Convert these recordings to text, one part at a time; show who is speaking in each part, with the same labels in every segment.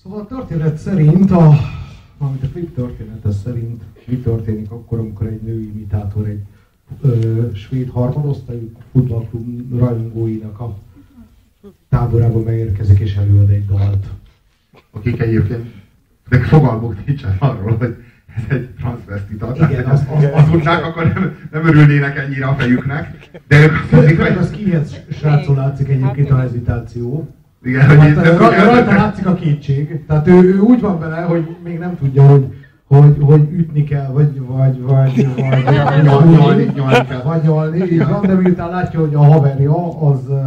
Speaker 1: Szóval a történet szerint, valamint a klip története szerint mi történik akkor, amikor egy női imitátor egy svéd harmadosztályú futballklub rajongóinak a táborába megérkezik és előad egy dalt.
Speaker 2: Akik egyébként de fogalmuk nincsen arról, hogy ez egy transvestita.
Speaker 1: Igen,
Speaker 2: azt tudnák, akkor nem örülnének ennyire a fejüknek. De ők azt hiszik, hogy...
Speaker 1: Az kihez srácon látszik egyébként a hezitáció.
Speaker 2: Igen, hogy
Speaker 1: rajta látszik a kétség. Tehát ő úgy van vele, hogy még nem tudja, hogy ütni kell, vagy nyalni, így van, de miután látja, hogy a haverja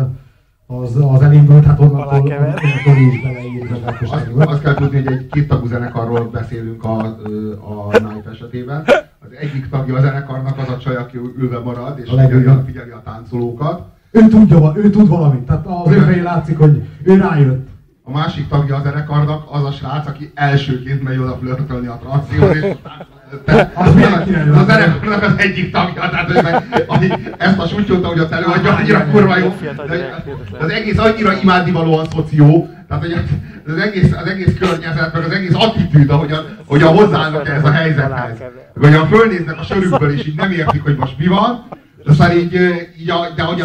Speaker 1: az elindult, hát onnantól is beleírnak.
Speaker 2: Azt kell tudni, hogy egy kéttagú zenekarról beszélünk a Knife esetében. Az egyik tagja a zenekarnak az a csaj, aki ülve marad, és figyeli a táncolókat.
Speaker 1: Ő tud valamit, tehát az ő fején látszik, hogy ő rájött.
Speaker 2: A másik tagja a zenekarnak az a srác, aki elsőként megy oda flörtölni a transzción, és az a zenekarnak az egyik tagja, tehát ezt a sutyót, ahogy ott előadja, annyira kurva jó. Az egész annyira imádnivalóan szoció, tehát az egész környezet, meg az egész attitűd, ahogyan hozzáállnak ehhez a helyzethez. Ahogyan fölnéznek a sörükből, és így nem értik, hogy most mi van. De aztán így de ahogyan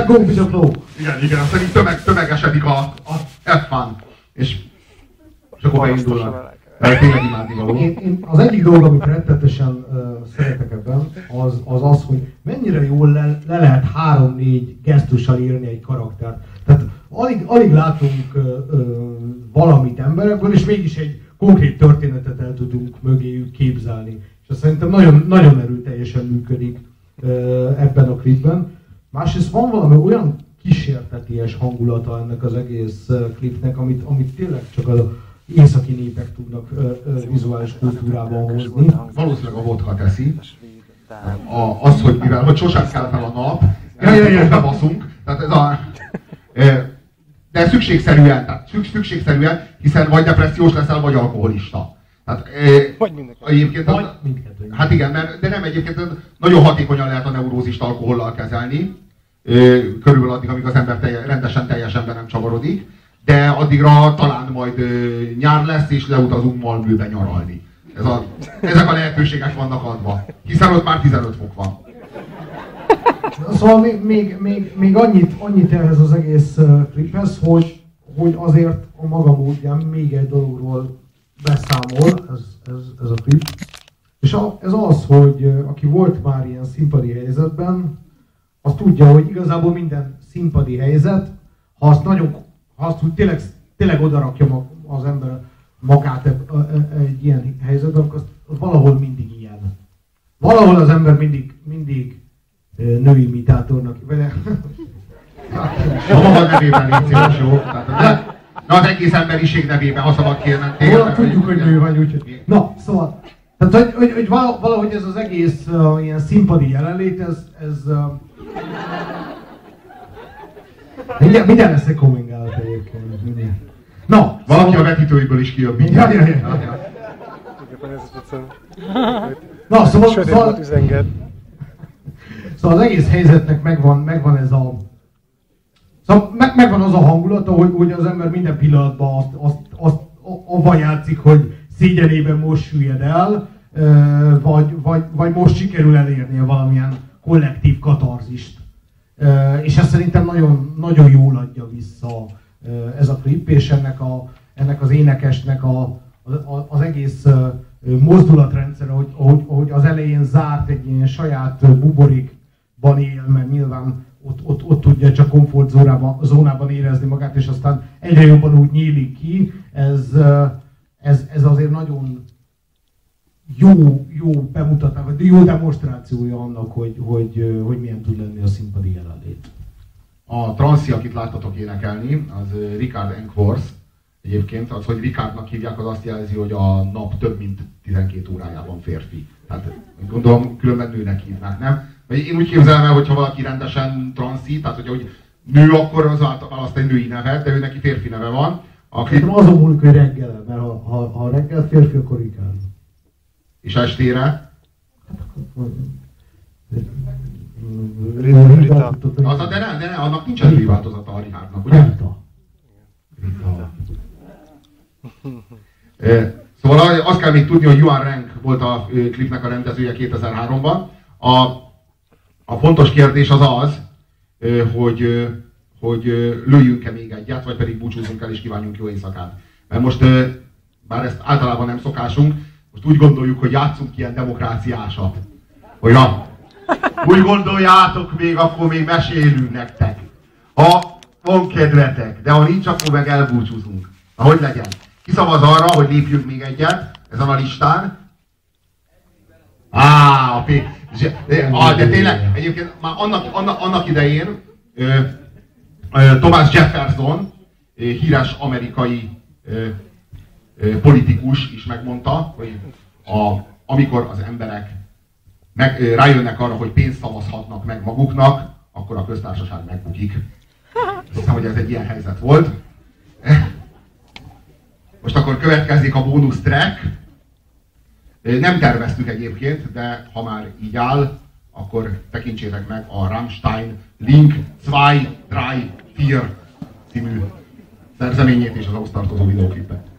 Speaker 2: igen, aztán így tömegesedik a F-fan. És akkor beindulnak. Tényleg imádnivaló.
Speaker 1: Az egyik dolog, amit rettetesen szeretek ebben, az, hogy mennyire jól le lehet 3-4 gesztussal írni egy karaktert. Tehát alig látunk valamit emberekből, és mégis egy konkrét történetet el tudunk mögéjük képzelni. És azt szerintem nagyon, nagyon erőteljesen működik ebben a klipben. Másrészt van valami olyan kísérteties hangulata ennek az egész klipnek, amit tényleg csak az északi népek tudnak vizuális kultúrában hozni.
Speaker 2: Valószínűleg a vodka teszi. Az, hogy mivel hogy sosem kell fel a nap, bebaszunk. Tehát ez a... De szükségszerűen, hiszen vagy depressziós leszel, vagy alkoholista. Tehát, egyébként hát igen, de nem egyébként nagyon hatékonyan lehet a neurózist alkohollal kezelni, körülbelül addig, amíg az ember rendesen, teljesen be nem csavarodik, de addigra talán majd nyár lesz, és leutazunk Malmöbe nyaralni. Ezek a lehetőségek vannak adva, hiszen ott már 15 fok van.
Speaker 1: Szóval még annyit ehhez az egész kliphez, hogy azért a maga módján még egy dologról beszámol ez a klip. És ez az, hogy aki volt már ilyen színpadi helyzetben, az tudja, hogy igazából minden színpadi helyzet, ha azt úgy tényleg odarakja az ember magát egy ilyen helyzetben, akkor az valahol mindig ilyen. Valahol az ember mindig női imitátornak.
Speaker 2: A maga nevében légy szíves, jó? Na az egész emberiség nevében, ha szabad kérnem téged.
Speaker 1: Tudjuk, hogy nő vagy, úgyhogy... Na, szóval... Tehát, hogy valahogy ez az egész ilyen színpadi jelenlét, ez mindjárt lesz egy coming out egyébként. Na,
Speaker 2: valaki a vetítőiből is kijön mindjárt.
Speaker 1: Na, szóval az egész helyzetnek megvan ez a... Szóval megvan az a hangulata, hogy az ember minden pillanatban azt avval játszik, hogy szégyenében most süllyed el, vagy most sikerül elérnie valamilyen kollektív katarzist. És ezt szerintem nagyon, nagyon jól adja vissza ez a klip, és ennek az énekesnek az egész mozdulatrendszer, ahogy az elején zárt egy ilyen saját buborékban él, mert nyilván ott tudja csak komfortzónában érezni magát, és aztán egyre jobban úgy nyílik ki. Ez azért nagyon jó bemutatás, vagy jó demonstrációja annak, hogy milyen tud lenni a színpadi jelenlét.
Speaker 2: A transzi, akit láttatok énekelni, az Richard Enkworth. Egyébként az, hogy Richardnak hívják, az azt jelzi, hogy a nap több mint 12 órájában férfi. Tehát gondolom különben nőnek hívnák, nem? Én úgy képzelem el, hogyha valaki rendesen transzi, tehát hogy nő, akkor az választ egy női nevet, de ő neki férfi neve van.
Speaker 1: Szerintem azon múlik, hogy reggel, mert ha reggel férfi, akkor Richard.
Speaker 2: És estére?
Speaker 1: Rita.
Speaker 2: De ne, annak nincsen női változata a Richardnak, ugye?
Speaker 1: Rita.
Speaker 2: Szóval azt kell még tudni, hogy Yuan Rank volt a klipnek a rendezője 2003-ban. A fontos kérdés az az, hogy lőjünk-e még egyet, vagy pedig búcsúzunk el és kívánjunk jó éjszakát. Mert most, bár ezt általában nem szokásunk, most úgy gondoljuk, hogy játszunk ilyen demokráciásat. Hogy ha úgy gondoljátok még, akkor még mesélünk nektek. Ha van kedvetek, de ha nincs, akkor meg elbúcsúzunk. Na, hogy legyen? Ki szavaz arra, hogy lépjünk még egyet ezen a listán? De tényleg, egyébként már annak idején Thomas Jefferson, híres amerikai politikus is megmondta, hogy amikor az emberek rájönnek arra, hogy pénzt szavazhatnak meg maguknak, akkor a köztársaság megbukik. Azt hiszem, hogy ez egy ilyen helyzet volt. Most akkor következik a bónusz track. Nem terveztük egyébként, de ha már így áll, akkor tekintsétek meg a Rammstein Link 2, 3, 4 című szerzeményét és az ahhoz tartozó videóklipet.